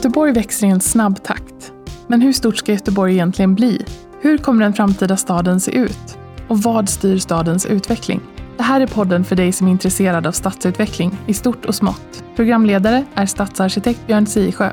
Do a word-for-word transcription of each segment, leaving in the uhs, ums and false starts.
Göteborg växer i en snabb takt. Men hur stort ska Göteborg egentligen bli? Hur kommer den framtida staden se ut? Och vad styr stadens utveckling? Det här är podden för dig som är intresserad av stadsutveckling i stort och smått. Programledare är stadsarkitekt Björn Siesjö.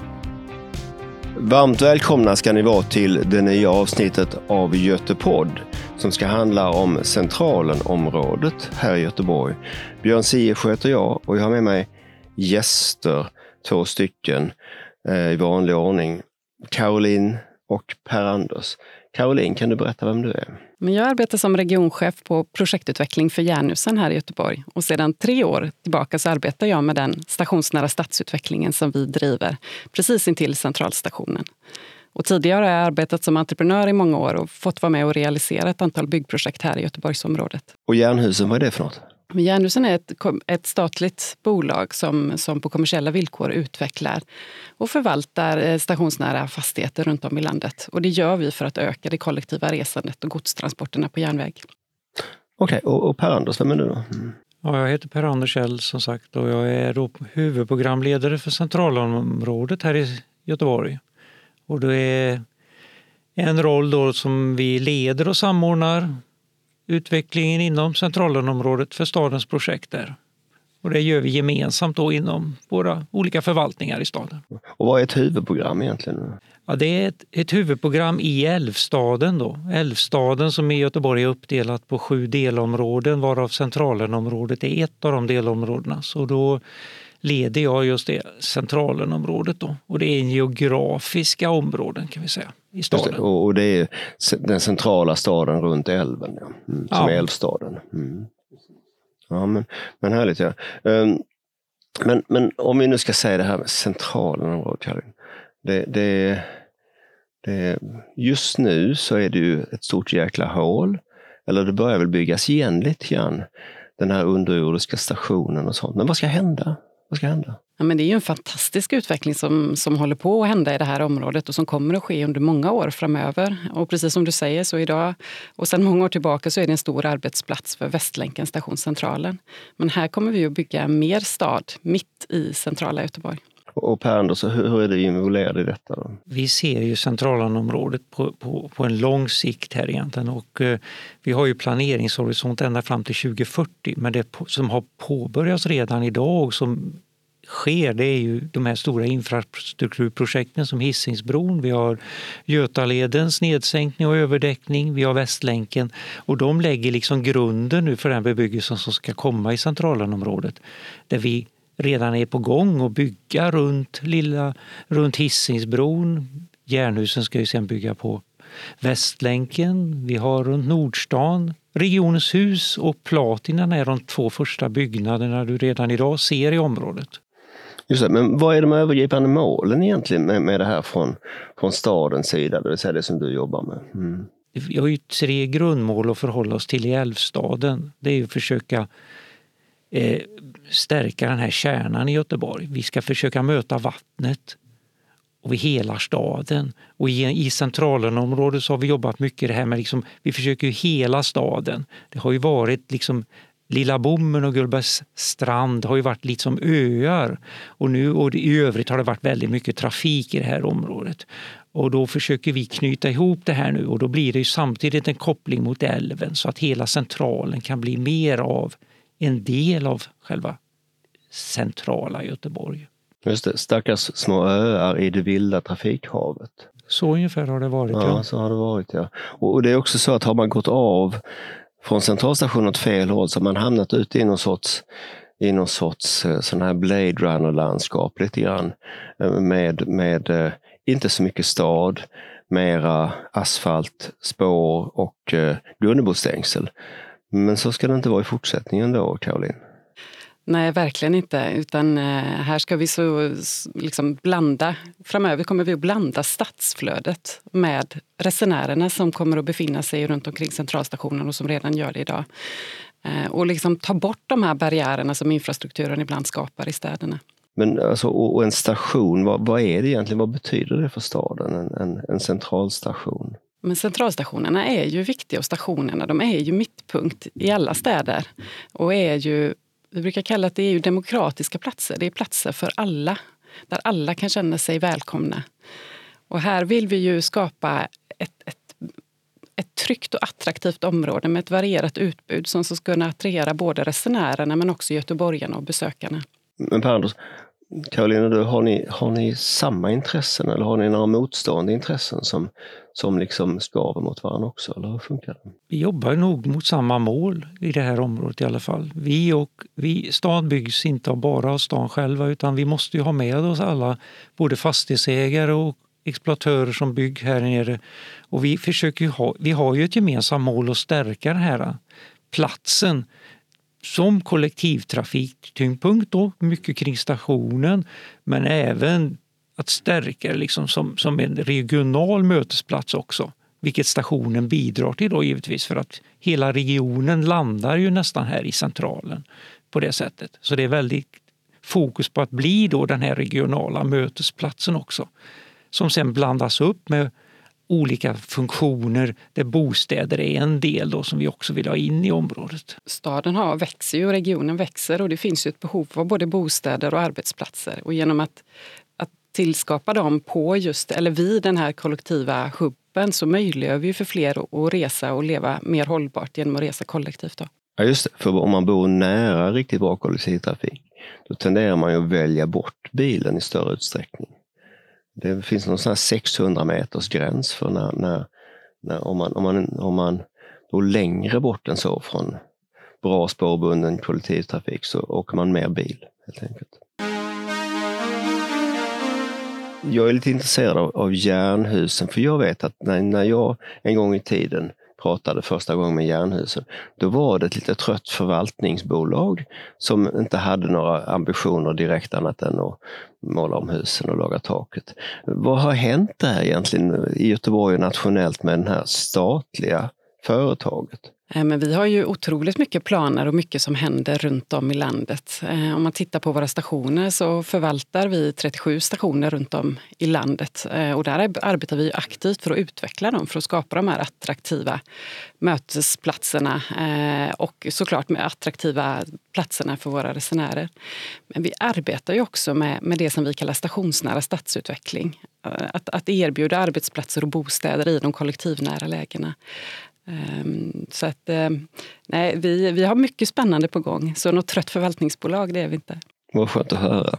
Varmt välkomna ska ni vara till det nya avsnittet av Götepodd som ska handla om Centralen-området här i Göteborg. Björn Siesjö heter jag och jag har med mig gäster, två stycken eh, i vanlig ordning. Caroline och Per-Anders. Caroline, kan du berätta vem du är? Men jag arbetar som regionchef på projektutveckling för Jernhusen här i Göteborg. Och sedan tre år tillbaka så arbetar jag med den stationsnära stadsutvecklingen som vi driver precis intill centralstationen. Och tidigare har jag arbetat som entreprenör i många år och fått vara med och realisera ett antal byggprojekt här i Göteborgsområdet. Och Jernhusen, vad är det för något? Men Jernhusen är ett, ett statligt bolag som, som på kommersiella villkor utvecklar och förvaltar stationsnära fastigheter runt om i landet. Och det gör vi för att öka det kollektiva resandet och godstransporterna på järnväg. Okej, okay, och, och Per-Anders, vem är du då? Mm. Ja, jag heter Per-Anders Kjell som sagt och jag är då huvudprogramledare för Centralenområdet här i Göteborg. Och det är en roll då som vi leder och samordnar utvecklingen inom Centralenområdet för stadens projekt där. Och det gör vi gemensamt då inom våra olika förvaltningar i staden. Och vad är ett huvudprogram egentligen? Ja, det är ett, ett huvudprogram i Älvstaden då. Älvstaden som i Göteborg är uppdelat på sju delområden varav Centralenområdet är ett av de delområdena. Så då leder jag just det Centralenområdet då. Och det är en geografiska områden kan vi säga i staden. Det, och, och det är den centrala staden runt älven ja. Mm, som ja. är Älvstaden. Mm. Ja men, men härligt ja. Um, men, men om vi nu ska säga det här med Centralenområdet. Det, det, det, just nu så är det ju ett stort jäkla hål. Eller det börjar väl byggas igen lite grann. Den här underjordiska stationen och sånt. Men vad ska hända? Vad ska hända? Ja, men det är ju en fantastisk utveckling som, som håller på att hända i det här området och som kommer att ske under många år framöver. Och precis som du säger så idag och sedan många år tillbaka så är det en stor arbetsplats för Västlänken stationscentralen. Men här kommer vi att bygga mer stad mitt i centrala Göteborg. Och Per-Anders, hur, hur är det involverad i detta då? Vi ser ju Centralenområdet på, på, på en lång sikt här egentligen och eh, vi har ju planeringshorisont ända fram till tjugo fyrtio men det som har påbörjats redan idag och som sker det är ju de här stora infrastrukturprojekten som Hisingsbron, vi har Götaledens nedsänkning och överdäckning, vi har Västlänken och de lägger liksom grunden nu för den bebyggelsen som ska komma i Centralenområdet där vi redan är på gång att bygga runt, lilla, runt Hisingsbron. Jernhusen ska ju sen bygga på Västlänken. Vi har runt Nordstan, Regionens hus och Platinan är de två första byggnaderna du redan idag ser i området. Just det, men vad är de övergripande målen egentligen med, med det här från, från stadens sida, det vill säga det som du jobbar med? Mm. Vi har ju tre grundmål att förhålla oss till i Älvstaden. Det är ju att försöka eh, stärka den här kärnan i Göteborg. Vi ska försöka möta vattnet och vi helar staden. Och i, i Centralenområdet så har vi jobbat mycket det här med liksom, vi försöker ju hela staden. Det har ju varit liksom Lilla Bommen och Gullbergs strand har ju varit lite som öar. Och nu och i övrigt har det varit väldigt mycket trafik i det här området. Och då försöker vi knyta ihop det här nu och då blir det ju samtidigt en koppling mot älven så att hela centralen kan bli mer av en del av själva centrala Göteborg. Just det, stackars små öar i det vilda trafikhavet. Så ungefär har det varit. Ja, ja. så har det varit, ja. Och, och det är också så att har man gått av från centralstationen åt fel håll så har man hamnat ute i någon sorts, i någon sorts sån här Blade Runner-landskap lite grann. Med, med inte så mycket stad, mera asfalt, spår och eh, Gunnebostängsel. Men så ska det inte vara i fortsättningen då, Caroline. Nej, verkligen inte. Utan eh, här ska vi så liksom blanda, framöver kommer vi att blanda stadsflödet med resenärerna som kommer att befinna sig runt omkring centralstationen och som redan gör det idag. Eh, och liksom ta bort de här barriärerna som infrastrukturen ibland skapar i städerna. Men alltså, och en station, vad, vad är det egentligen? Vad betyder det för staden, en, en, en centralstation? Men centralstationerna är ju viktiga och stationerna, de är ju mittpunkt i alla städer och är ju, vi brukar kalla att det är ju demokratiska platser. Det är platser för alla där alla kan känna sig välkomna. Och här vill vi ju skapa ett, ett, ett tryggt och attraktivt område med ett varierat utbud som ska kunna attrahera både resenärerna men också göteborgarna och besökarna. Men Per Anders, Karolina, du, har, ni, har ni samma intressen eller har ni några motstående intressen som, som liksom skaver mot varandra också? Eller hur funkar det? Vi jobbar nog mot samma mål i det här området i alla fall. Vi och vi, stan byggs inte bara av stan själva utan vi måste ju ha med oss alla, både fastighetsägare och exploatörer som bygger här nere. Och vi försöker ju ha, vi har ju ett gemensamt mål att stärka den här platsen som kollektivtrafiktyngdpunkt då, mycket kring stationen, men även att stärka liksom som, som en regional mötesplats också. Vilket stationen bidrar till då givetvis, för att hela regionen landar ju nästan här i centralen på det sättet. Så det är väldigt fokus på att bli då den här regionala mötesplatsen också. Som sen blandas upp med olika funktioner där bostäder är en del då som vi också vill ha in i området. Staden har, växer ju och regionen växer och det finns ju ett behov av både bostäder och arbetsplatser. Och genom att, att tillskapa dem på just, eller vid den här kollektiva hubben så möjliggör vi för fler att resa och leva mer hållbart genom att resa kollektivt då. Ja just det, för om man bor nära riktigt bra kollektivtrafik då tenderar man ju att välja bort bilen i större utsträckning. Det finns någon sån här sexhundra meters gräns för när, när, när om man, om man, om man då längre bort än så från bra spårbunden kollektivtrafik så åker man mer bil helt enkelt. Jag är lite intresserad av, av Jernhusen för jag vet att när, när jag en gång i tiden pratade första gången med Jernhusen, då var det ett lite trött förvaltningsbolag som inte hade några ambitioner direkt annat än att måla om husen och laga taket. Vad har hänt där egentligen i Göteborg och nationellt med det här statliga företaget? Men vi har ju otroligt mycket planer och mycket som händer runt om i landet. Om man tittar på våra stationer så förvaltar vi trettiosju stationer runt om i landet. Och där arbetar vi aktivt för att utveckla dem, för att skapa de här attraktiva mötesplatserna och såklart med attraktiva platserna för våra resenärer. Men vi arbetar ju också med, med det som vi kallar stationsnära stadsutveckling. Att, att erbjuda arbetsplatser och bostäder i de kollektivnära lägena. Så att nej, vi, vi har mycket spännande på gång. Så något trött förvaltningsbolag, det är vi inte. Vad skönt att höra.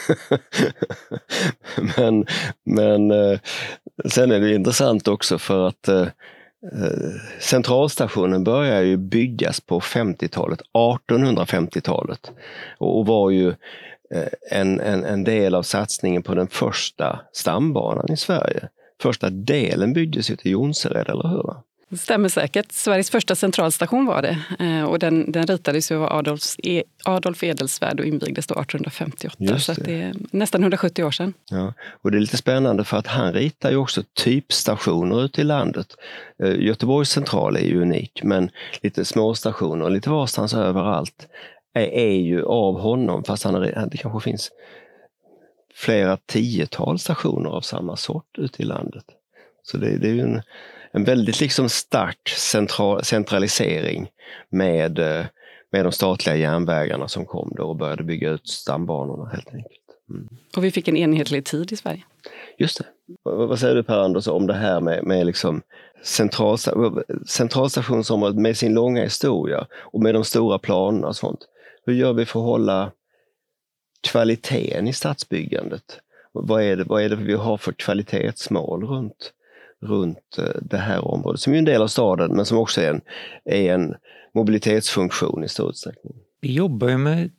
men, men sen är det intressant också för att centralstationen börjar ju byggas på femtiotalet, artonhundrafemtiotalet. Och var ju en, en, en del av satsningen på den första stambanan i Sverige. Första delen byggdes ju till Jonsered, eller hur? Det stämmer säkert. Sveriges första centralstation var det. Och den, den ritades ju av Adolf, e, Adolf Edelsvärd och invigdes då artonhundrafemtioåtta. Det. Så att det är nästan hundrasjuttio år sedan. Ja, och det är lite spännande för att han ritar ju också typstationer ute i landet. Göteborgs central är ju unik, men lite småstationer, lite varstans överallt är, är ju av honom. Fast han är, det kanske finns flera tiotal stationer av samma sort ute i landet. Så det, det är ju en En väldigt liksom stark central, centralisering med, med de statliga järnvägarna som kom då och började bygga ut stambanorna helt enkelt. Mm. Och vi fick en enhetlig tid i Sverige. Just det. Vad, vad säger du Per Anders om det här med, med liksom central, centralstationsområdet med sin långa historia och med de stora planerna och sånt. Hur gör vi för att hålla kvaliteten i stadsbyggandet? Vad är det, vad är det vi har för kvalitetsmål runt runt det här området, som är en del av staden men som också är en, är en mobilitetsfunktion i stor utsträckning. Vi jobbar ju med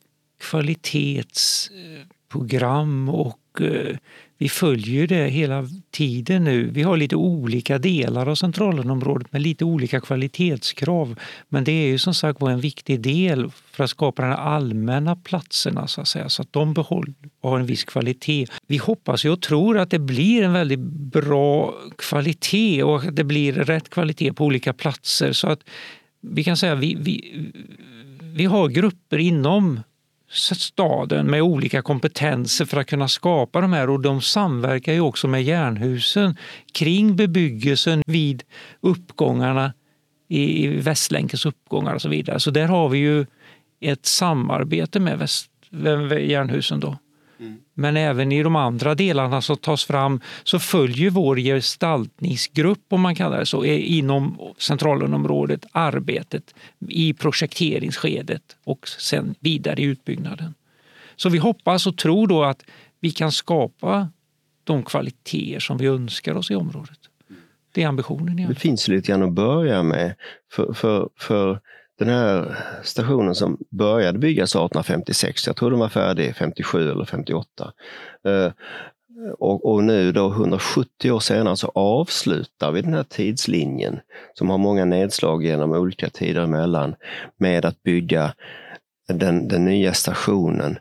kvalitetsprogram och vi följer det hela tiden nu. Vi har lite olika delar av centralområdet med lite olika kvalitetskrav, men det är ju som sagt en viktig del för att skapa de här allmänna platserna så att säga, så att de behåller har en viss kvalitet. Vi hoppas och tror att det blir en väldigt bra kvalitet och att det blir rätt kvalitet på olika platser, så att vi kan säga vi, vi, vi har grupper inom staden med olika kompetenser för att kunna skapa de här, och de samverkar ju också med Jernhusen kring bebyggelsen vid uppgångarna i Västlänkens uppgångar och så vidare. Så där har vi ju ett samarbete med, Väst, med Jernhusen då. Mm. Men även i de andra delarna som tas fram så följer vår gestaltningsgrupp, om man kallar det så, inom centralområdet arbetet i projekteringsskedet och sen vidare i utbyggnaden. Så vi hoppas och tror då att vi kan skapa de kvaliteter som vi önskar oss i området. Det är ambitionen. Igen. Det finns lite grann att börja med för, för, för den här stationen som började byggas arton femtiosex, jag tror den var färdig femtiosju eller femtioåtta. Eh, och, och nu då hundrasjuttio år senare så avslutar vi den här tidslinjen som har många nedslag genom olika tider emellan med att bygga den, den nya stationen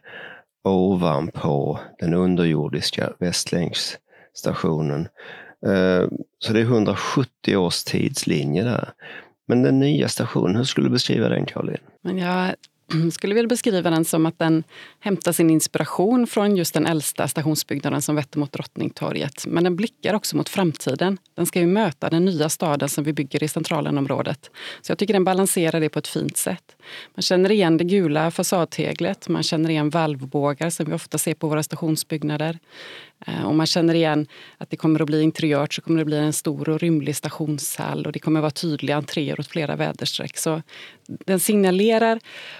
ovanpå den underjordiska Västlänksstationen. Eh, så det är hundrasjuttio års tidslinje där. Men den nya stationen, hur skulle du beskriva den, Caroline? Men jag skulle vilja beskriva den som att den hämtar sin inspiration från just den äldsta stationsbyggnaden som vetter mot Drottningtorget. Men den blickar också mot framtiden. Den ska ju möta den nya staden som vi bygger i centralenområdet. Så jag tycker den balanserar det på ett fint sätt. Man känner igen det gula fasadteglet, man känner igen valvbågar som vi ofta ser på våra stationsbyggnader. Och man känner igen att det kommer att bli interiört, så kommer det bli en stor och rymlig stationshall och det kommer att vara tydliga entréer åt flera väderstreck. Så den signalerar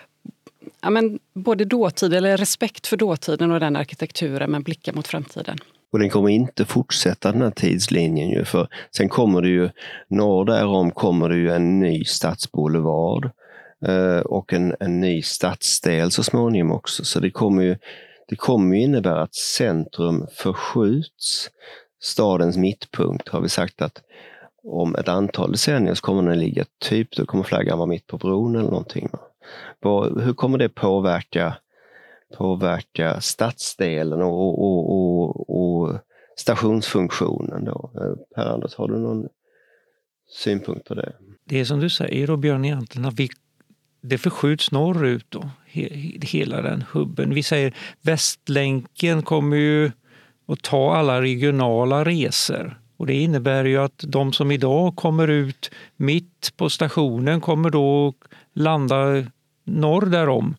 ja, men både dåtid eller respekt för dåtiden och den arkitekturen, men blickar mot framtiden. Och den kommer inte fortsätta den här tidslinjen ju, för sen kommer det ju, norr därom kommer det ju en ny stadsboulevard eh, och en, en ny stadsdel så småningom också. Så det kommer ju Det kommer ju innebära att centrum förskjuts. Stadens mittpunkt har vi sagt att om ett antal decennier så kommer den ligga typ, då kommer flaggan vara mitt på bron eller någonting. Hur kommer det påverka, påverka stadsdelen och, och, och, och stationsfunktionen då? Per-Anders, har du någon synpunkt på det? Det är som du säger då, Björn, egentligen att vi det förskjuts norrut då, he, hela den hubben. Vi säger Västlänken kommer ju att ta alla regionala resor. Och det innebär ju att de som idag kommer ut mitt på stationen kommer då landa norr därom.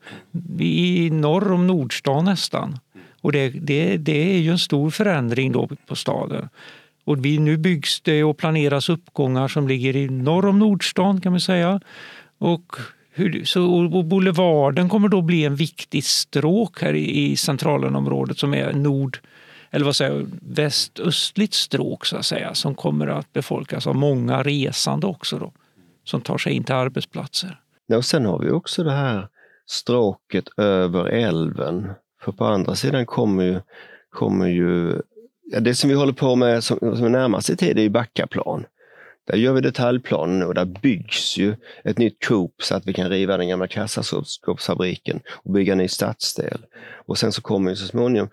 I norr om Nordstan nästan. Och det, det, det är ju en stor förändring då på staden. Och vi, nu byggs det och planeras uppgångar som ligger i norr om Nordstan kan man säga. Och Hur, så, och boulevarden kommer då bli en viktig stråk här i, i centralenområdet som är nord, eller vad säger jag, västöstligt stråk så att säga, som kommer att befolkas av många resande också då, som tar sig in till arbetsplatser. Ja, och sen har vi också det här stråket över älven, för på andra sidan kommer ju, kommer ju ja, det som vi håller på med som, som är närmast i tid är ju Backaplan. Där gör vi detaljplanen nu och där byggs ju ett nytt Coop så att vi kan riva den gamla kassaskåpsfabriken och bygga en ny stadsdel. Och sen så kommer ju så småningom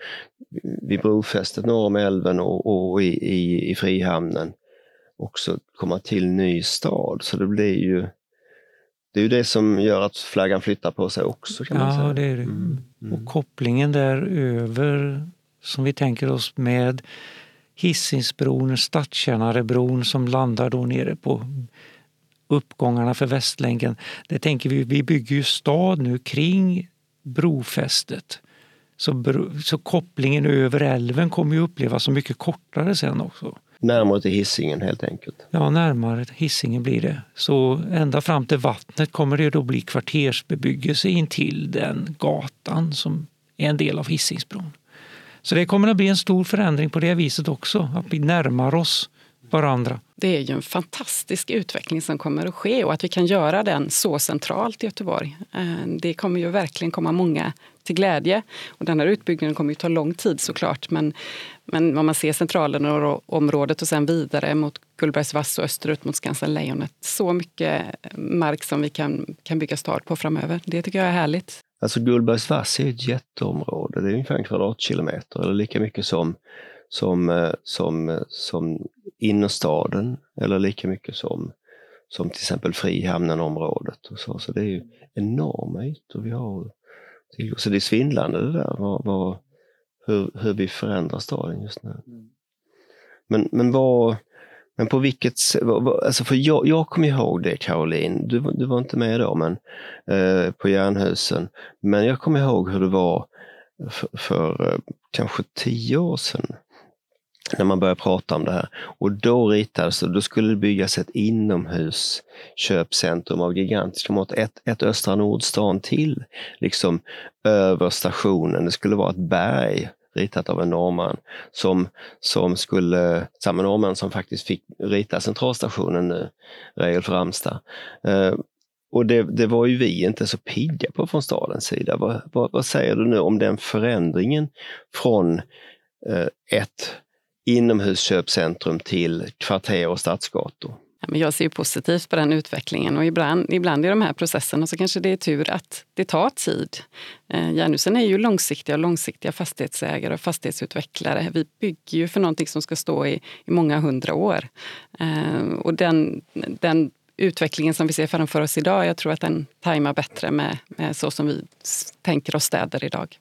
vid brofästet norr om älven och, och i, i, i Frihamnen också komma till ny stad. Så det blir ju det är ju det som gör att flaggan flyttar på sig också, kan man säga. Ja, det är det. Mm. Mm. Och kopplingen där över som vi tänker oss med Hisingsbron, Stadstjänarebron som landar då nere på uppgångarna för Västlänken. Det tänker vi, vi bygger ju stad nu kring brofästet. Så, bro, så kopplingen över älven kommer ju upplevas så mycket kortare sen också. Närmare till Hisingen helt enkelt. Ja, närmare Hisingen blir det. Så ända fram till vattnet kommer det då bli kvartersbebyggelse in till den gatan som är en del av Hisingsbron. Så det kommer att bli en stor förändring på det viset också, att vi närmar oss varandra. Det är ju en fantastisk utveckling som kommer att ske och att vi kan göra den så centralt i Göteborg. Det kommer ju verkligen komma många till glädje. Och den här utbyggnaden kommer ju ta lång tid såklart, men, men om man ser centralen och området och sen vidare mot Gullbergs vass och österut mot Skansen Lejonet, så mycket mark som vi kan, kan bygga stad på framöver. Det tycker jag är härligt. Alltså Gullbergs vass är ett jätteområde. Det är ungefär en kvadratkilometer eller lika mycket som, som, som, som innerstaden eller lika mycket som, som till exempel Frihamnen-området. Och så. Så det är ju enorma ytor vi har. Så det är svindlande det där, vad, vad, hur, hur vi förändrar staden just nu. Men, men vad... Men på vilket alltså för jag, jag kommer ihåg det, Caroline, du, du var inte med då, men eh, på Jernhusen. Men jag kommer ihåg hur det var för, för kanske tio år sedan när man började prata om det här. Och då ritades det, då skulle det byggas ett inomhusköpcentrum av gigantiska mått. Ett, ett Östra Nordstan till, liksom över stationen. Det skulle vara ett berg ritat av en norrman som, som skulle, samma norrman som faktiskt fick rita centralstationen nu, Reiulf Ramstad. Uh, och det, det var ju vi inte så pigga på från stadens sida. Vad, vad, vad säger du nu om den förändringen från uh, ett inomhusköpcentrum till kvarter och stadsgator? Ja, men jag ser ju positivt på den utvecklingen och ibland, ibland i de här processerna så kanske det är tur att det tar tid. Eh, Jernhusen är ju långsiktiga och långsiktiga fastighetsägare och fastighetsutvecklare. Vi bygger ju för någonting som ska stå i, i många hundra år. Eh, och den, den utvecklingen som vi ser framför oss idag, jag tror att den tajmar bättre med, med så som vi tänker oss städer idag.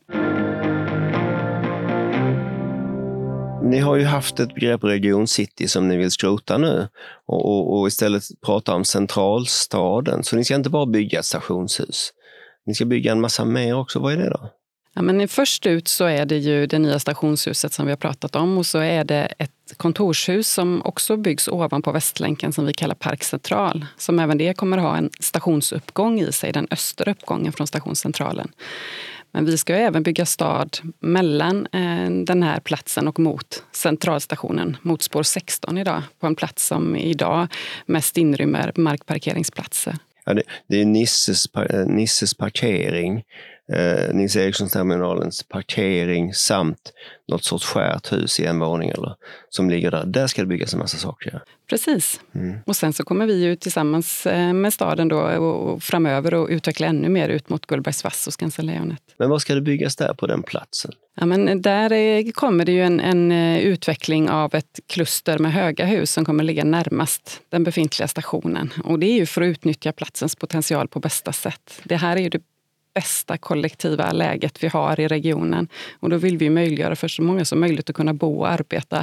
Ni har ju haft ett begrepp regioncity som ni vill skrota nu och, och, och istället prata om centralstaden. Så ni ska inte bara bygga ett stationshus. Ni ska bygga en massa mer också. Vad är det då? Ja, men först ut så är det ju det nya stationshuset som vi har pratat om och så är det ett kontorshus som också byggs ovanpå Västlänken som vi kallar Park Central. Som även det kommer ha en stationsuppgång i sig, den östra uppgången från stationscentralen. Men vi ska ju även bygga stad mellan eh, den här platsen och mot centralstationen, mot spår sexton idag, på en plats som idag mest inrymmer markparkeringsplatser. Ja, det, det är Nisses, Nisses parkering, eh, Nils Erikssonsterminalens parkering samt något sorts skärt hus i en våning eller, som ligger där. Där ska det byggas en massa saker. Ja. Precis. Mm. Och sen så kommer vi ju tillsammans med staden då och, och framöver och utveckla ännu mer ut mot Gullbergsvass och Skansen-Lejonet. Men vad ska det byggas där på den platsen? Ja, men där är, kommer det ju en, en utveckling av ett kluster med höga hus som kommer ligga närmast den befintliga stationen. Och det är ju för att utnyttja platsens potential på bästa sätt. Det här är ju det bästa kollektiva läget vi har i regionen. Och då vill vi möjliggöra för så många som möjligt att kunna bo och arbeta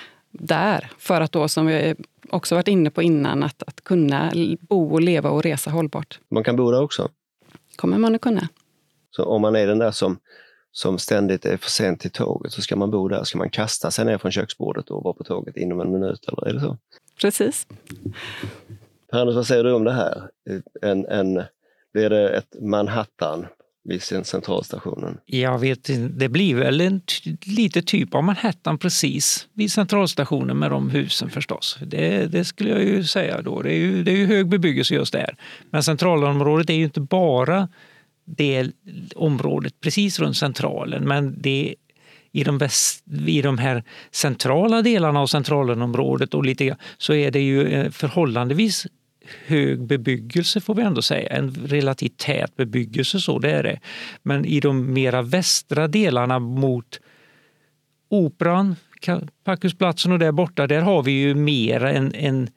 där. För att då, som vi också varit inne på innan, att, att kunna bo och leva och resa hållbart. Man kan bo där också? Kommer man att kunna. Så om man är den där som, som ständigt är för sent till tåget så ska man bo där. Ska man kasta sig ner från köksbordet och vara på tåget inom en minut, eller är det så? Precis. Per-Anders, vad säger du om det här? En, en, blir det ett Manhattan vid centralstationen? Jag vet inte, det blir väl en t- lite typ av Manhattan precis vid centralstationen med de husen förstås. Det, det skulle jag ju säga då. Det är ju, det är ju hög bebyggelse just där. Men centralområdet är ju inte bara det området precis runt centralen, men det i de, väst, i de här centrala delarna av centralenområdet och lite så är det ju förhållandevis hög bebyggelse får vi ändå säga. En relativt tät bebyggelse, så det är det. Men i de mera västra delarna mot Operan, Packhusplatsen och där borta, där har vi ju mer en, en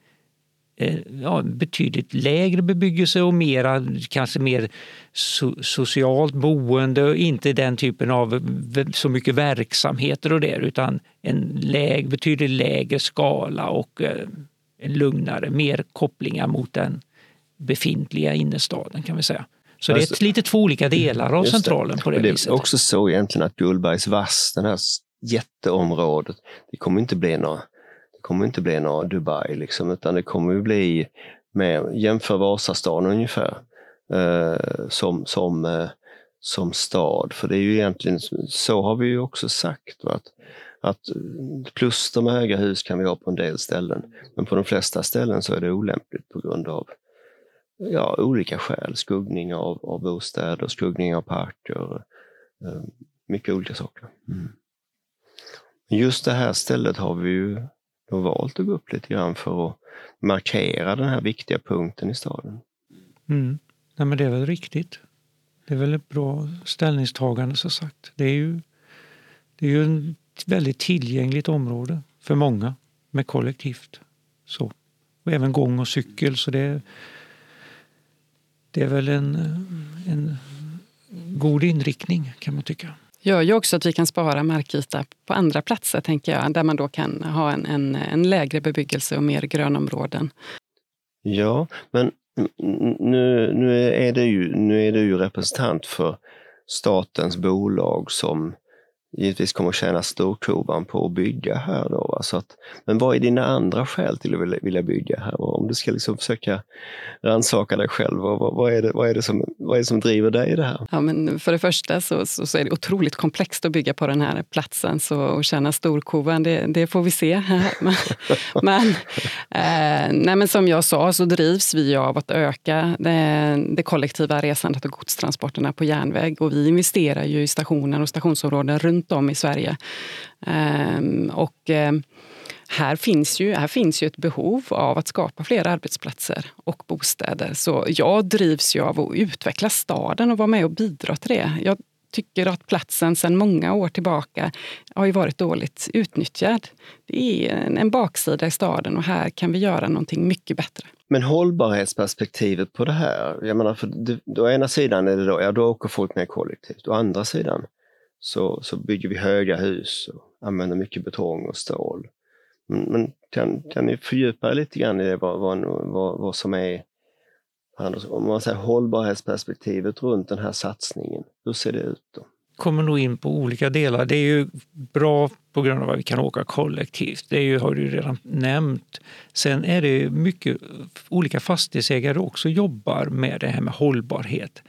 ja, betydligt lägre bebyggelse och mera, kanske mer so- socialt boende och inte den typen av så mycket verksamheter och där, utan en läg, betydligt lägre skala och eh, en lugnare, mer kopplingar mot den befintliga innerstaden kan vi säga. Så det är ett, lite två olika delar av centralen på det, det viset. Det är också så egentligen att Gullbergsvass, den här jätteområdet, det kommer inte bli något Det kommer inte bli någon Dubai liksom, utan det kommer ju bli med, jämför Vasastan ungefär eh, som, som, eh, som stad. För det är ju egentligen, så har vi ju också sagt, va? Att, att kluster med höga hus kan vi ha på en del ställen. Men på de flesta ställen så är det olämpligt på grund av ja, olika skäl. Skuggning av, av bostäder, skuggning av parker, eh, mycket olika saker. Mm. Just det här stället har vi ju de har valt att gå upp lite grann för att markera den här viktiga punkten i staden. Mm. Nej, men det är väl riktigt. Det är väl ett bra ställningstagande så sagt. Det är ju, det är ju ett väldigt tillgängligt område för många med kollektivt. Så. Och även gång och cykel. Så det, det är väl en, en god inriktning kan man tycka. Gör ju också att vi kan spara markyta på andra platser, tänker jag, där man då kan ha en, en, en lägre bebyggelse och mer grönområden. Ja, men nu, nu, är det ju, nu är det ju representant för statens bolag som givetvis kommer att tjäna storkovan på att bygga här då. Va? Så att, men vad är dina andra skäl till att vilja, vilja bygga här? Och om du ska liksom försöka rannsaka dig själv, vad, vad, är det, vad, är det som, vad är det som driver dig i det här? Ja, men för det första så, så, så är det otroligt komplext att bygga på den här platsen. Så att tjäna storkovan, det, det får vi se. men men, eh, nej, men som jag sa så drivs vi av att öka det, det kollektiva resandet och godstransporterna på järnväg. Och vi investerar ju i stationer och stationsområden runt om i Sverige. Um, och um, här finns ju här finns ju ett behov av att skapa fler arbetsplatser och bostäder. Så jag drivs ju av att utveckla staden och vara med och bidra till det. Jag tycker att platsen sedan många år tillbaka har ju varit dåligt utnyttjad. Det är en, en baksida i staden och här kan vi göra någonting mycket bättre. Men hållbarhetsperspektivet på det här, jag menar, för det, å ena sidan är det då, ja, då åker folk mer kollektivt. Å andra sidan Så, så bygger vi höga hus och använder mycket betong och stål. Men, men kan, kan ni fördjupa lite grann i det, vad, vad, vad, vad som är, om man säger hållbarhetsperspektivet runt den här satsningen? Hur ser det ut då? Kommer nog in på olika delar. Det är ju bra på grund av att vi kan åka kollektivt. Det är ju, har du redan nämnt. Sen är det mycket olika fastighetsägare också jobbar med det här med hållbarhet.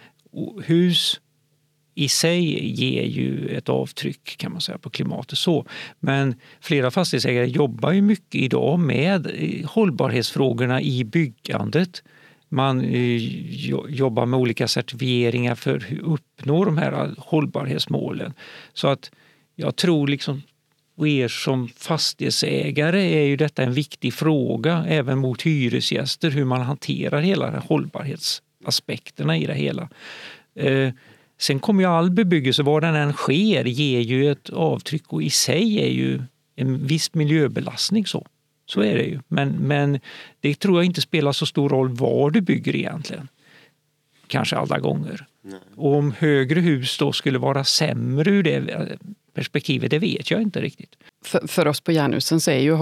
Hus i sig ger ju ett avtryck kan man säga på klimatet så. Men flera fastighetsägare jobbar ju mycket idag med hållbarhetsfrågorna i byggandet. Man jobbar med olika certifieringar för att uppnå de här hållbarhetsmålen. Så att jag tror liksom, och er som fastighetsägare är ju detta en viktig fråga även mot hyresgäster, hur man hanterar hela hållbarhetsaspekterna i det hela. Eh, Sen kommer ju all bebyggelse, var den än sker, ger ju ett avtryck och i sig är ju en viss miljöbelastning så. Så är det ju. Men, men det tror jag inte spelar så stor roll var du bygger egentligen. Kanske alla gånger. Nej. Och om högre hus då skulle vara sämre ur det perspektivet, det vet jag inte riktigt. För, för oss på Jernhusen så är ju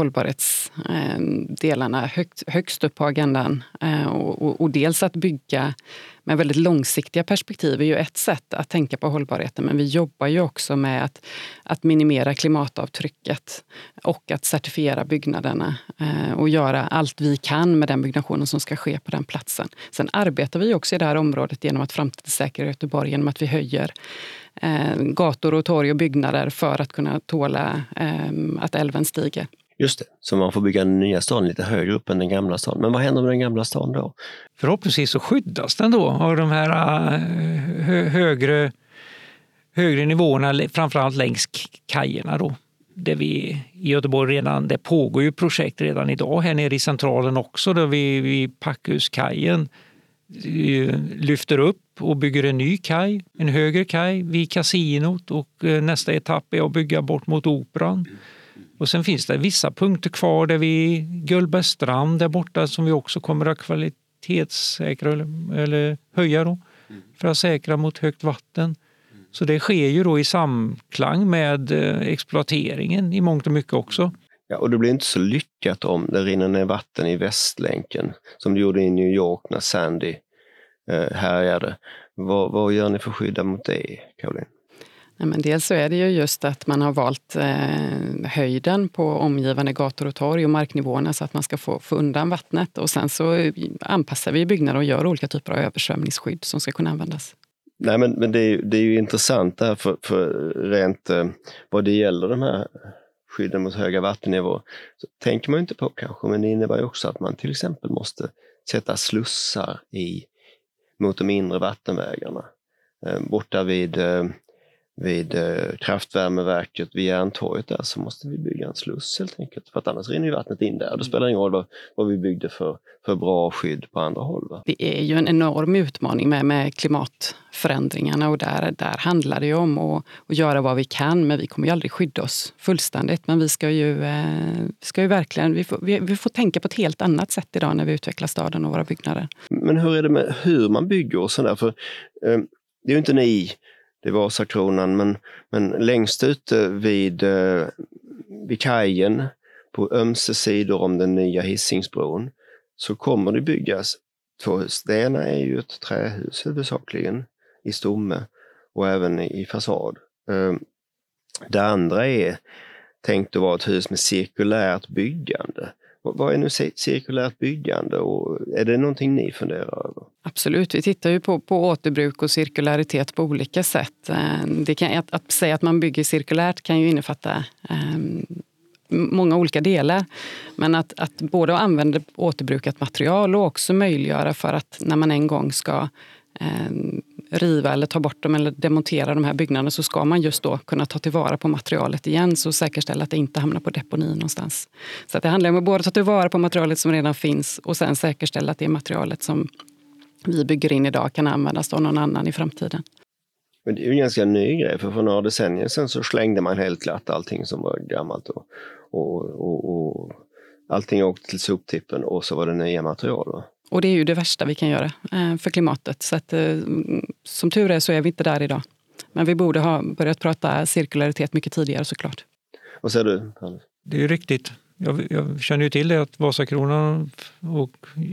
hållbarhetsdelarna högt, högst upp på agendan. Och, och, och dels att bygga med väldigt långsiktiga perspektiv är ju ett sätt att tänka på hållbarheten. Men vi jobbar ju också med att, att minimera klimatavtrycket och att certifiera byggnaderna och göra allt vi kan med den byggnationen som ska ske på den platsen. Sen arbetar vi också i det här området genom att framtidssäkra Göteborg genom att vi höjer eh, gator och torg och byggnader för att kunna tåla eh, att älven stiger. Just det, så man får bygga den nya stan lite högre upp än den gamla stan. Men vad händer med den gamla stan då? Förhoppningsvis så skyddas den då av de här hö- högre, högre nivåerna, framförallt längs kajerna då. Där vi i Göteborg redan, det pågår ju projekt redan idag här nere i centralen också, där vi vid Packhuskajen lyfter upp och bygger en ny kaj, en högre kaj vid kasinot, och nästa etapp är att bygga bort mot Operan. Och sen finns det vissa punkter kvar där vi Gullbergstrand där borta som vi också kommer att kvalitetssäkra eller, eller höja då för att säkra mot högt vatten. Så det sker ju då i samklang med exploateringen i mångt och mycket också. Ja, och det blir inte så lyckat om det rinner ner vatten i Västlänken som det gjorde i New York när Sandy eh, härjade. Vad, vad gör ni för att skydda mot det, Caroline? Ja, men dels så är det ju just att man har valt eh, höjden på omgivande gator och torg och marknivåerna så att man ska få, få undan vattnet. Och sen så anpassar vi byggnader och gör olika typer av översvämningsskydd som ska kunna användas. Nej, men, men det, är, det är ju intressant där för, för rent eh, vad det gäller de här skydden mot höga vattennivåer. Så tänker man inte på kanske, men det innebär ju också att man till exempel måste sätta slussar i, mot de inre vattenvägarna. Eh, borta vid... Eh, Vid eh, kraftvärmeverket vid Järntorget där så måste vi bygga en sluss helt enkelt. För att annars rinner ju vattnet in där. Det spelar ingen roll vad, vad vi byggde för, för bra skydd på andra håll. Va? Det är ju en enorm utmaning med, med klimatförändringarna och där, där handlar det ju om att, att göra vad vi kan. Men vi kommer ju aldrig skydda oss fullständigt. Men vi ska ju, eh, ska ju verkligen, vi får, vi, vi får tänka på ett helt annat sätt idag när vi utvecklar staden och våra byggnader. Men hur är det med hur man bygger och sådär? För eh, det är ju inte ni... Det var Vasakronan, men, men längst ute vid, eh, vid kajen på ömse sidor om den nya Hisingsbron så kommer det byggas två hus. Det ena är ju ett trähus huvudsakligen i stomme och även i fasad. Det andra är tänkt att vara ett hus med cirkulärt byggande. Vad är nu cirkulärt byggande och är det någonting ni funderar över? Absolut, vi tittar ju på, på återbruk och cirkularitet på olika sätt. Det kan, att, att säga att man bygger cirkulärt kan ju innefatta um, många olika delar. Men att, att både använda återbrukat material och också möjliggöra för att när man en gång ska eh, riva eller ta bort dem eller demontera de här byggnaderna så ska man just då kunna ta tillvara på materialet igen så säkerställa att det inte hamnar på deponi någonstans. Så att det handlar om att både ta tillvara på materialet som redan finns och sen säkerställa att det materialet som vi bygger in idag kan användas av någon annan i framtiden. Men det är ju en ganska ny grej, för för några decennier sedan så slängde man helt glatt allting som var gammalt och, och, och, och allting åkte till soptippen och så var det nya material. Va? Och det är ju det värsta vi kan göra för klimatet. Så att, som tur är så är vi inte där idag. Men vi borde ha börjat prata cirkularitet mycket tidigare såklart. Vad säger du, Hannes? Det är ju riktigt. Jag, jag känner ju till det att Vasakronan och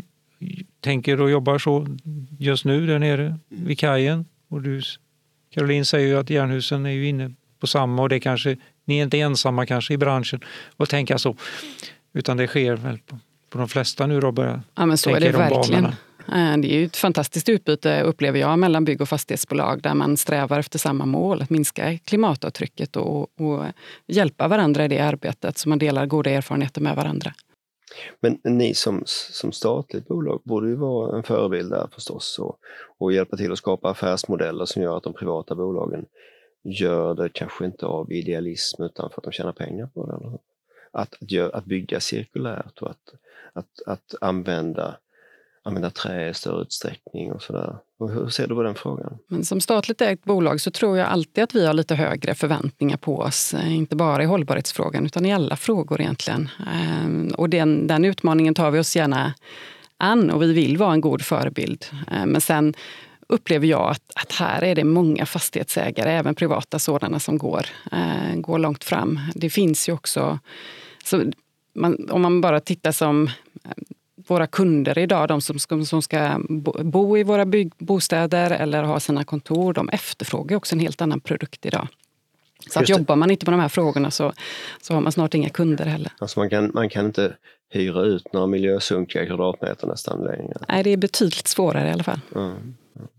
tänker och jobbar så just nu där nere vid kajen. Och du, Caroline säger ju att Jernhusen är ju inne på samma och det kanske, ni är inte ensamma kanske i branschen och tänka så. Utan det sker väl på, på de flesta nu då börjar ja, men så tänka är det de verkligen. banorna. Det är ju ett fantastiskt utbyte upplever jag mellan bygg- och fastighetsbolag där man strävar efter samma mål, att minska klimatavtrycket och, och hjälpa varandra i det arbetet så man delar goda erfarenheter med varandra. Men ni som, som statligt bolag borde ju vara en förebild där förstås och, och hjälpa till att skapa affärsmodeller som gör att de privata bolagen gör det kanske inte av idealism utan för att de tjänar pengar på det. Eller? Att, att, gör, att bygga cirkulärt och att, att, att använda, använda trä i större utsträckning och sådär. Och hur ser du på den frågan? Men som statligt ägt bolag så tror jag alltid att vi har lite högre förväntningar på oss. Inte bara i hållbarhetsfrågan utan i alla frågor egentligen. Och den, den utmaningen tar vi oss gärna an och vi vill vara en god förebild. Men sen upplever jag att, att här är det många fastighetsägare, även privata sådana som går, går långt fram. Det finns ju också, så man, om man bara tittar som våra kunder idag, de som ska, som ska bo i våra bygg, bostäder eller ha sina kontor, de efterfrågar också en helt annan produkt idag. Så att jobbar man inte med de här frågorna så, så har man snart inga kunder heller. Alltså man kan, man kan inte hyra ut några miljösunkiga kvadratmeter nästan längre. Nej, det är betydligt svårare i alla fall. Mm.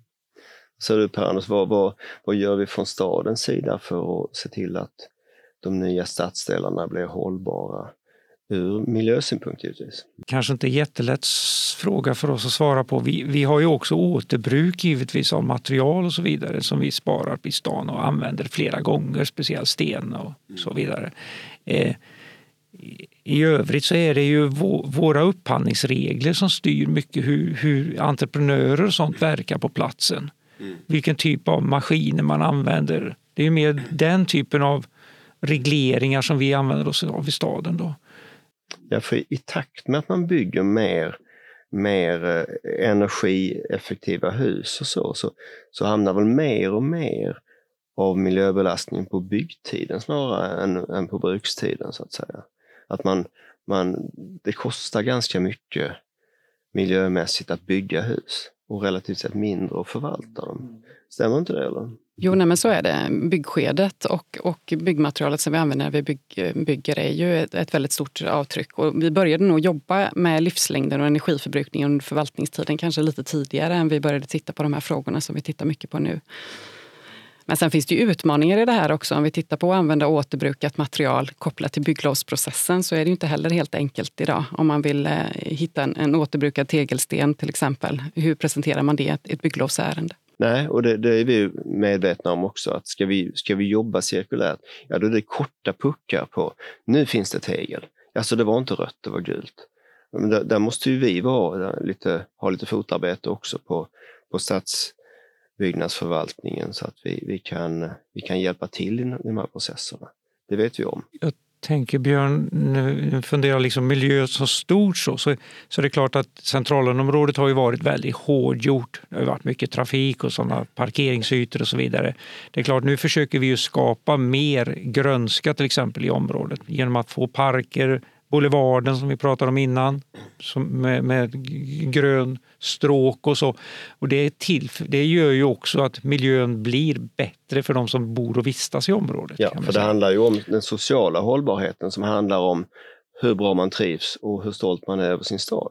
Så du Per-Anders, vad, vad, vad gör vi från stadens sida för att se till att de nya stadsdelarna blir hållbara ur miljösynpunkt givetvis? Kanske inte jättelätt fråga för oss att svara på. Vi, vi har ju också återbruk givetvis av material och så vidare som vi sparar i stan och använder flera gånger, speciellt sten och så vidare. Eh, I övrigt så är det ju våra upphandlingsregler som styr mycket hur, hur entreprenörer och sånt verkar på platsen. Mm. Vilken typ av maskiner man använder. Det är mer den typen av regleringar som vi använder oss av i staden då. Ja, för i takt med att man bygger mer, mer energieffektiva hus och så, så, så hamnar väl mer och mer av miljöbelastningen på byggtiden snarare än, än på brukstiden så att säga. Att man, man, det kostar ganska mycket miljömässigt att bygga hus och relativt sett mindre att förvalta dem. Stämmer inte det eller? Jo, nej, men så är det. Byggskedet och, och byggmaterialet som vi använder när vi bygg, bygger är ju ett, ett väldigt stort avtryck. Och vi började nog jobba med livslängden och energiförbrukningen under förvaltningstiden kanske lite tidigare än vi började titta på de här frågorna som vi tittar mycket på nu. Men sen finns det ju utmaningar i det här också. Om vi tittar på att använda återbrukat material kopplat till bygglovsprocessen så är det ju inte heller helt enkelt idag. Om man vill eh, hitta en, en återbrukad tegelsten till exempel. Hur presenterar man det i ett bygglovsärende? Nej, och det, det är vi medvetna om också. Att ska vi, ska vi jobba cirkulärt, ja då är det korta puckar på. Nu finns det tegel. Alltså det var inte rött, det var gult. Men där, där måste ju vi vara lite, ha lite fotarbete också på, på stats byggnadsförvaltningen så att vi, vi, kan, vi kan hjälpa till i de här processerna. Det vet vi om. Jag tänker Björn, nu funderar liksom miljö så stort så, så, så är det klart att centralområdet har ju varit väldigt hårdgjort. Det har varit mycket trafik och sådana parkeringsytor och så vidare. Det är klart, nu försöker vi ju skapa mer grönska till exempel i området genom att få parker, Boulevarden som vi pratade om innan, som med, med grön stråk och så. Och det, är till, det gör ju också att miljön blir bättre för de som bor och vistas i området. Ja, för det handlar ju om den sociala hållbarheten som handlar om hur bra man trivs och hur stolt man är över sin stad.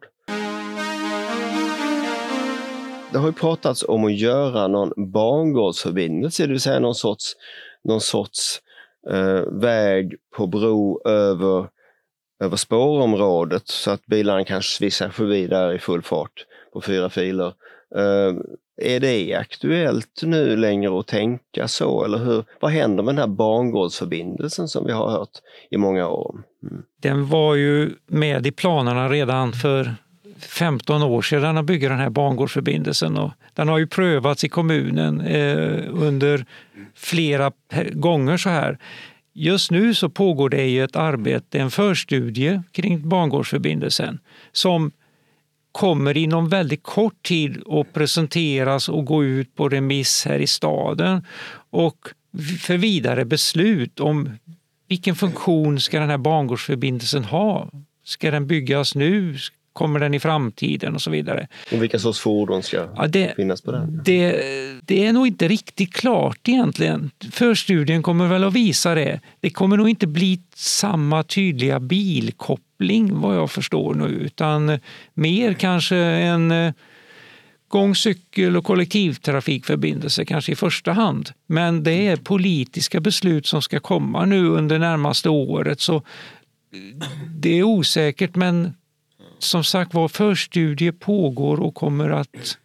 Det har ju pratats om att göra någon bangårdsförbindelse, det vill säga någon sorts, någon sorts eh, väg på bro över, över spårområdet så att bilarna kan svissa förbi där i full fart på fyra filer. Eh, är det aktuellt nu längre att tänka så? Eller hur? Vad händer med den här bangårdsförbindelsen som vi har hört i många år? Mm. Den var ju med i planerna redan för femton år sedan att bygga den här bangårdsförbindelsen, och den har ju prövats i kommunen eh, under flera gånger så här. Just nu så pågår det ju ett arbete, en förstudie kring bangårdsförbindelsen som kommer inom väldigt kort tid att presenteras och gå ut på remiss här i staden och för vidare beslut om vilken funktion ska den här bangårdsförbindelsen ha. Ska den byggas nu? Kommer den i framtiden och så vidare. Och vilka sorts fordon ska ja, det, finnas på den? Det, det är nog inte riktigt klart egentligen. Förstudien kommer väl att visa det. Det kommer nog inte bli samma tydliga bilkoppling vad jag förstår nu, utan mer kanske en gång-, cykel- och kollektivtrafikförbindelse kanske i första hand. Men det är politiska beslut som ska komma nu under närmaste året, så det är osäkert, men som sagt, vår förstudie pågår och kommer att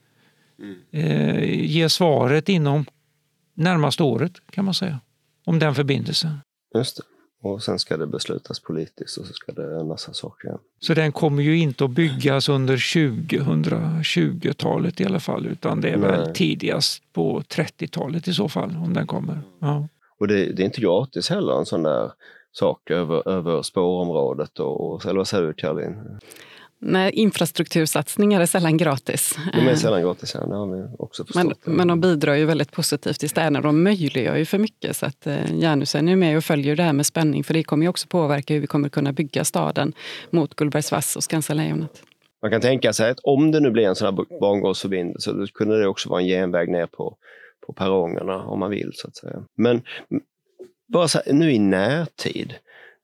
eh, ge svaret inom närmaste året kan man säga, om den förbindelsen. Just det. Och sen ska det beslutas politiskt och så ska det en massa saker igen. Så den kommer ju inte att byggas under tjugohundratjugotalet i alla fall, utan det är Nej. väl tidigast på trettiotalet i så fall om den kommer. Ja. Och det, det är inte gratis heller en sån där sak över, över spårområdet och, och eller vad säger du, Caroline? Nej, infrastruktursatsningar är sällan gratis. De är sällan gratis, ja, det har vi också förstått. Men, men de bidrar ju väldigt positivt i städerna. De möjliggör ju för mycket, så att eh, Jernhusen är med och följer det här med spänning, för det kommer ju också påverka hur vi kommer kunna bygga staden mot Gullbergsvass och Skansen-Lejonet. Man kan tänka sig att om det nu blir en sån här bangårdsförbindelse, då kunde det också vara en genväg ner på, på perrongerna om man vill, så att säga. Men bara så här, nu i närtid,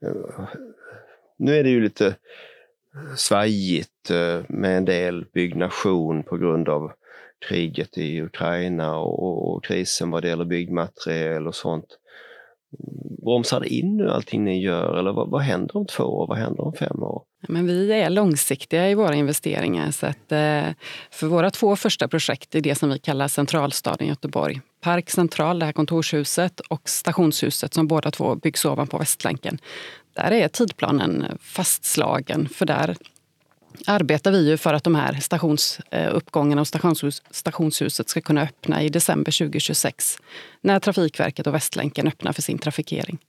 nu är det ju lite svajigt med en del byggnation på grund av kriget i Ukraina och, och krisen vad det gäller byggmaterial och sånt. Bromsar det in nu allting ni gör, eller vad, vad händer om två år, vad händer om fem år? Men vi är långsiktiga i våra investeringar, så att för våra två första projekt är det som vi kallar centralstaden Göteborg. Park Central, det här kontorshuset, och stationshuset som båda två byggs ovanpå Västlänken. Där är tidplanen fastslagen, för där arbetar vi ju för att de här stationsuppgångarna och stationshus, stationshuset ska kunna öppna i december tjugohundratjugosex när Trafikverket och Västlänken öppnar för sin trafikering.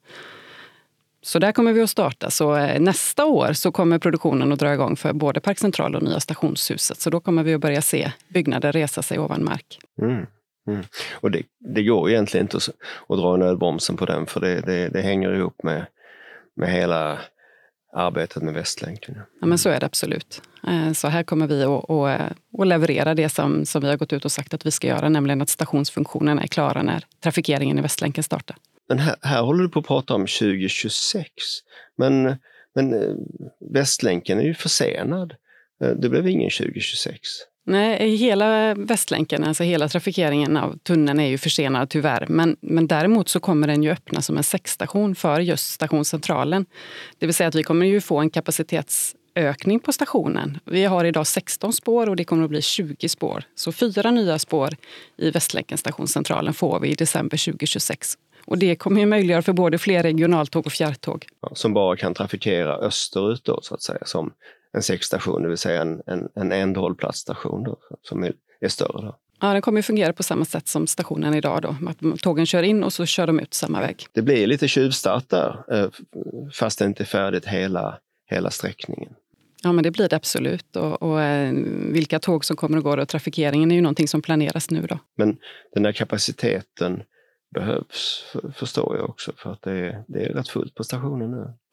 Så där kommer vi att starta. Så nästa år så kommer produktionen att dra igång för både Park Central och nya stationshuset. Så då kommer vi att börja se byggnader resa sig ovan mark. Mm. Mm. Och det, det går egentligen inte att, att dra nödbromsen på den, för det, det, det hänger ihop med, med hela arbetet med Västlänken. Ja, men så är det absolut. Så här kommer vi att, att, att leverera det som, som vi har gått ut och sagt att vi ska göra, nämligen att stationsfunktionen är klara när trafikeringen i Västlänken startar. Men här, här håller du på att prata om tjugohundratjugosex. Men, men Västlänken är ju försenad. Det blev ingen tjugohundratjugosex. Nej, hela Västlänken, alltså hela trafikeringen av tunneln är ju försenad tyvärr. Men, men däremot så kommer den ju öppna som en säckstation för just stationscentralen. Det vill säga att vi kommer ju få en kapacitetsökning på stationen. Vi har idag sexton spår och det kommer att bli tjugo spår. Så fyra nya spår i Västlänken stationscentralen får vi i december tjugohundratjugosex. Och det kommer ju möjliggöra för både fler regionaltåg och fjärrtåg. Ja, som bara kan trafikera österut då, så att säga, som en säckstation, det vill säga en, en, en ändhållplatsstation då, som är, är större. Då. Ja, den kommer ju fungera på samma sätt som stationen idag då. Att tågen kör in och så kör de ut samma väg. Det blir lite tjuvstart där, fast det inte är färdigt hela, hela sträckningen. Ja, men det blir det absolut. Och, och vilka tåg som kommer att gå och trafikeringen är ju någonting som planeras nu då. Men den där kapaciteten behövs, förstår jag också, för att det är, det är rätt fullt på stationen nu.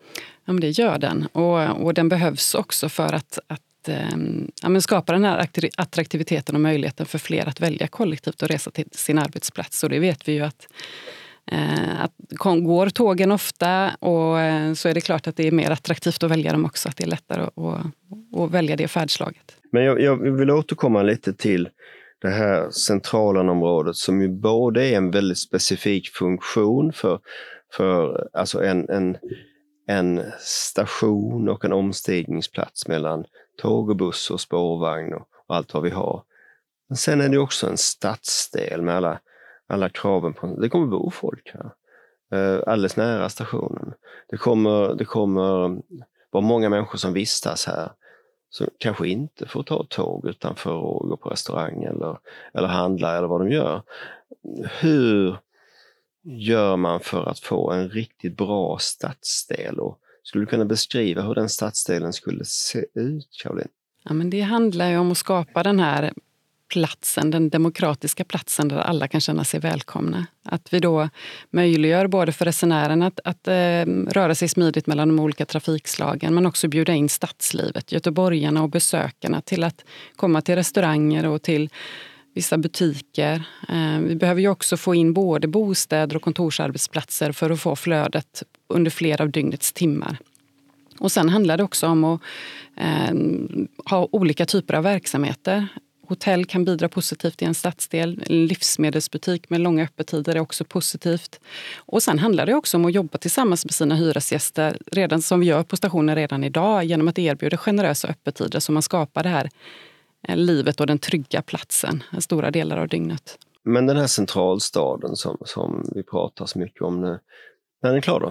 Ja, men det gör den. Och, och den behövs också för att, att eh, ja, men skapa den här attraktiviteten och möjligheten för fler att välja kollektivt och resa till sin arbetsplats. Och det vet vi ju att, eh, att går tågen ofta, och eh, så är det klart att det är mer attraktivt att välja dem också. Att det är lättare att, att, att välja det färdslaget. Men jag, jag vill återkomma lite till det här centralanområdet som ju både är en väldigt specifik funktion för, för alltså en, en, en station och en omstigningsplats mellan tåg och buss och spårvagn och, och allt vad vi har. Men sen är det också en stadsdel med alla, alla kraven på, det kommer bo folk här. Uh, alldeles nära stationen. Det kommer, det kommer vara många människor som vistas här. Som kanske inte får ta tåg utan för att gå på restaurang eller, eller handla eller vad de gör. Hur gör man för att få en riktigt bra stadsdel? Och skulle du kunna beskriva hur den stadsdelen skulle se ut, Caroline? Ja, men det handlar ju om att skapa den här platsen, den demokratiska platsen där alla kan känna sig välkomna. Att vi då möjliggör både för resenären att, att eh, röra sig smidigt mellan de olika trafikslagen, men också bjuda in stadslivet, göteborgarna och besökarna till att komma till restauranger och till vissa butiker. Eh, vi behöver ju också få in både bostäder och kontorsarbetsplatser för att få flödet under flera av dygnets timmar. Och sen handlar det också om att eh, ha olika typer av verksamheter. Hotell kan bidra positivt i en stadsdel. En livsmedelsbutik med långa öppettider är också positivt. Och sen handlar det också om att jobba tillsammans med sina hyresgäster, redan som vi gör på stationen redan idag, genom att erbjuda generösa öppettider så man skapar det här livet och den trygga platsen stora delar av dygnet. Men den här centralstaden som, som vi pratar så mycket om nu, när är den klar då?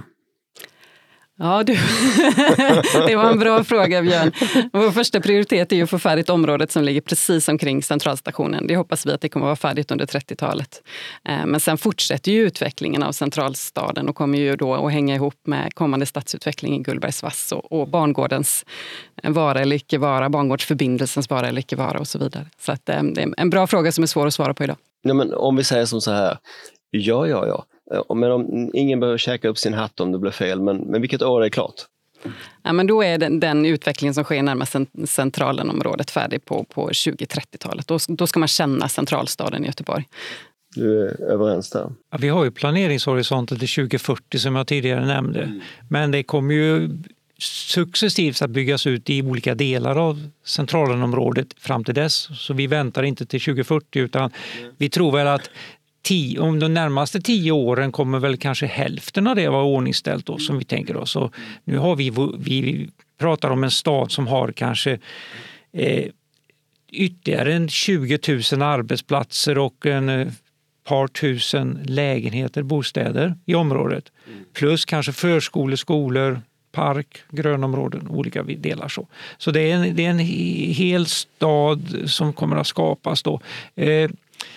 Ja, du. Det var en bra fråga, Björn. Vår första prioritet är ju att få färdigt området som ligger precis omkring centralstationen. Det hoppas vi att det kommer att vara färdigt under trettiotalet. Men sen fortsätter ju utvecklingen av centralstaden och kommer ju då att hänga ihop med kommande stadsutveckling i Gullbergs Vass och, och bangårdens vara eller icke vara, bangårdsförbindelsens vara eller icke vara och så vidare. Så att, det är en bra fråga som är svår att svara på idag. Ja, men om vi säger som så här, ja, ja, ja. Men om, ingen behöver käka upp sin hatt om det blir fel, men, men vilket år är det klart? Ja, men då är den, den utveckling som sker närmast centralenområdet färdig på, på tjugo-trettiotalet. Då, då ska man känna centralstaden i Göteborg. Du är överens där? Ja, vi har ju planeringshorisonten till tjugo fyrtio som jag tidigare nämnde. Mm. Men det kommer ju successivt att byggas ut i olika delar av centralenområdet fram till dess. Så vi väntar inte till tjugo fyrtio utan mm. vi tror väl att Tio, om de närmaste tio åren kommer väl kanske hälften av det vara ordningställt då, som vi tänker oss. Så nu har vi, vi pratar om en stad som har kanske eh, ytterligare en tjugo tusen arbetsplatser och en eh, par tusen lägenheter, bostäder i området. Plus kanske förskolor, skolor, park, grönområden, olika delar så. Så det är en, det är en hel stad som kommer att skapas då. Eh,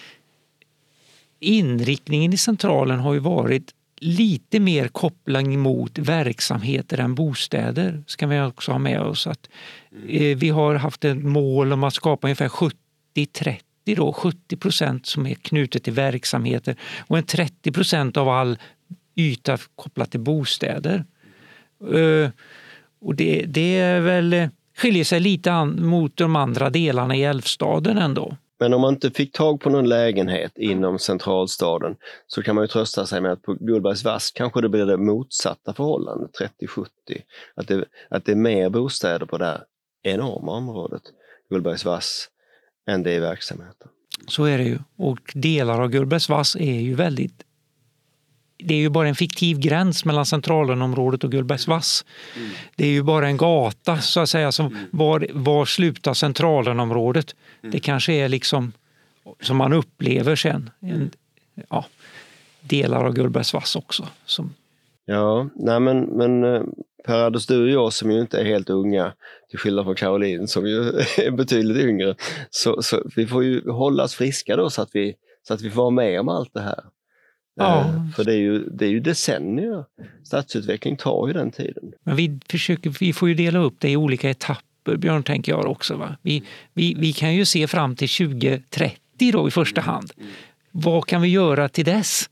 Inriktningen i centralen har ju varit lite mer koppling mot verksamheter än bostäder. Ska vi också ha med oss att eh, vi har haft ett mål om att skapa ungefär sjuttio trettio då, sjuttio procent som är knutet till verksamheter och en trettio procent av all yta kopplat till bostäder. Eh, och det, det är väl skiljer sig lite an, mot de andra delarna i Älvstaden ändå. Men om man inte fick tag på någon lägenhet inom centralstaden så kan man ju trösta sig med att på Gullbergs Vass kanske det blir det motsatta förhållandet, trettio sjuttio. Att det, att det är mer bostäder på det här enorma området, Gullbergs Vass, än det i verksamheten. Så är det ju. Och delar av Gullbergs Vass är ju väldigt... Det är ju bara en fiktiv gräns mellan centralenområdet och Gullbergs Vass. Mm. Det är ju bara en gata så att säga som var, var slutar centralenområdet. Mm. Det kanske är liksom som man upplever sen en, ja, delar av Gullbergs Vass också. Som... Ja, nej men, men Per Anders, du och jag som ju inte är helt unga till skillnad från Caroline som ju är betydligt yngre. Så, så vi får ju hålla oss friska då så att vi, så att vi får vara med om allt det här. Ja. För det är, ju, det är ju decennier. Stadsutveckling tar ju den tiden. Men vi, försöker, vi får ju dela upp det i olika etapper, Björn, tänker jag också. Va? Vi, vi, vi kan ju se fram till tjugo trettio då i första hand. Vad kan vi göra till dess?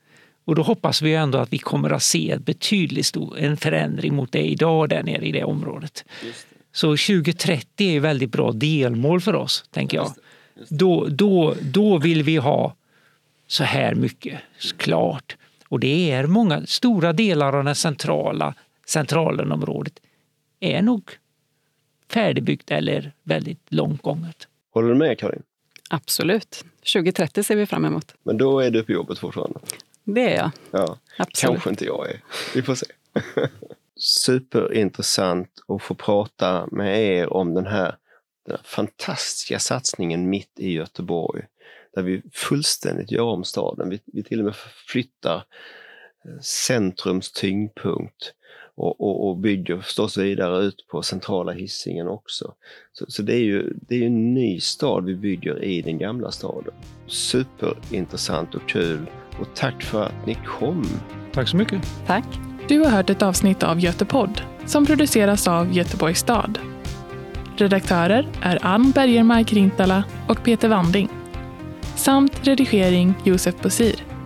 Och då hoppas vi ändå att vi kommer att se ett betydligt stor, en förändring mot det idag där nere i det området. Just det. Så tjugo trettio är väldigt bra delmål för oss, tänker jag. Just det. Just det. Då, då, då vill vi ha så här mycket, klart. Och det är många, stora delar av den centrala centralenområdet är nog färdigbyggt eller väldigt långt gånget. Håller du med, Karin? Absolut. tjugo trettio ser vi fram emot. Men då är du på jobbet fortfarande? Det är jag. Ja, absolut. Kanske inte jag är. Vi får se. Superintressant att få prata med er om den här, den här fantastiska satsningen mitt i Göteborg. Där vi fullständigt gör om staden. Vi, vi till och med flyttar centrums tyngdpunkt och, och, och bygger förstås vidare ut på centrala Hisingen också. Så, så det är ju det är en ny stad vi bygger i den gamla staden. Superintressant och kul. Och tack för att ni kom. Tack så mycket. Tack. Du har hört ett avsnitt av Götepodd som produceras av Göteborgs stad. Redaktörer är Ann Bergermark Rintala och Peter Wanding. Samt redigering Josef Bosir.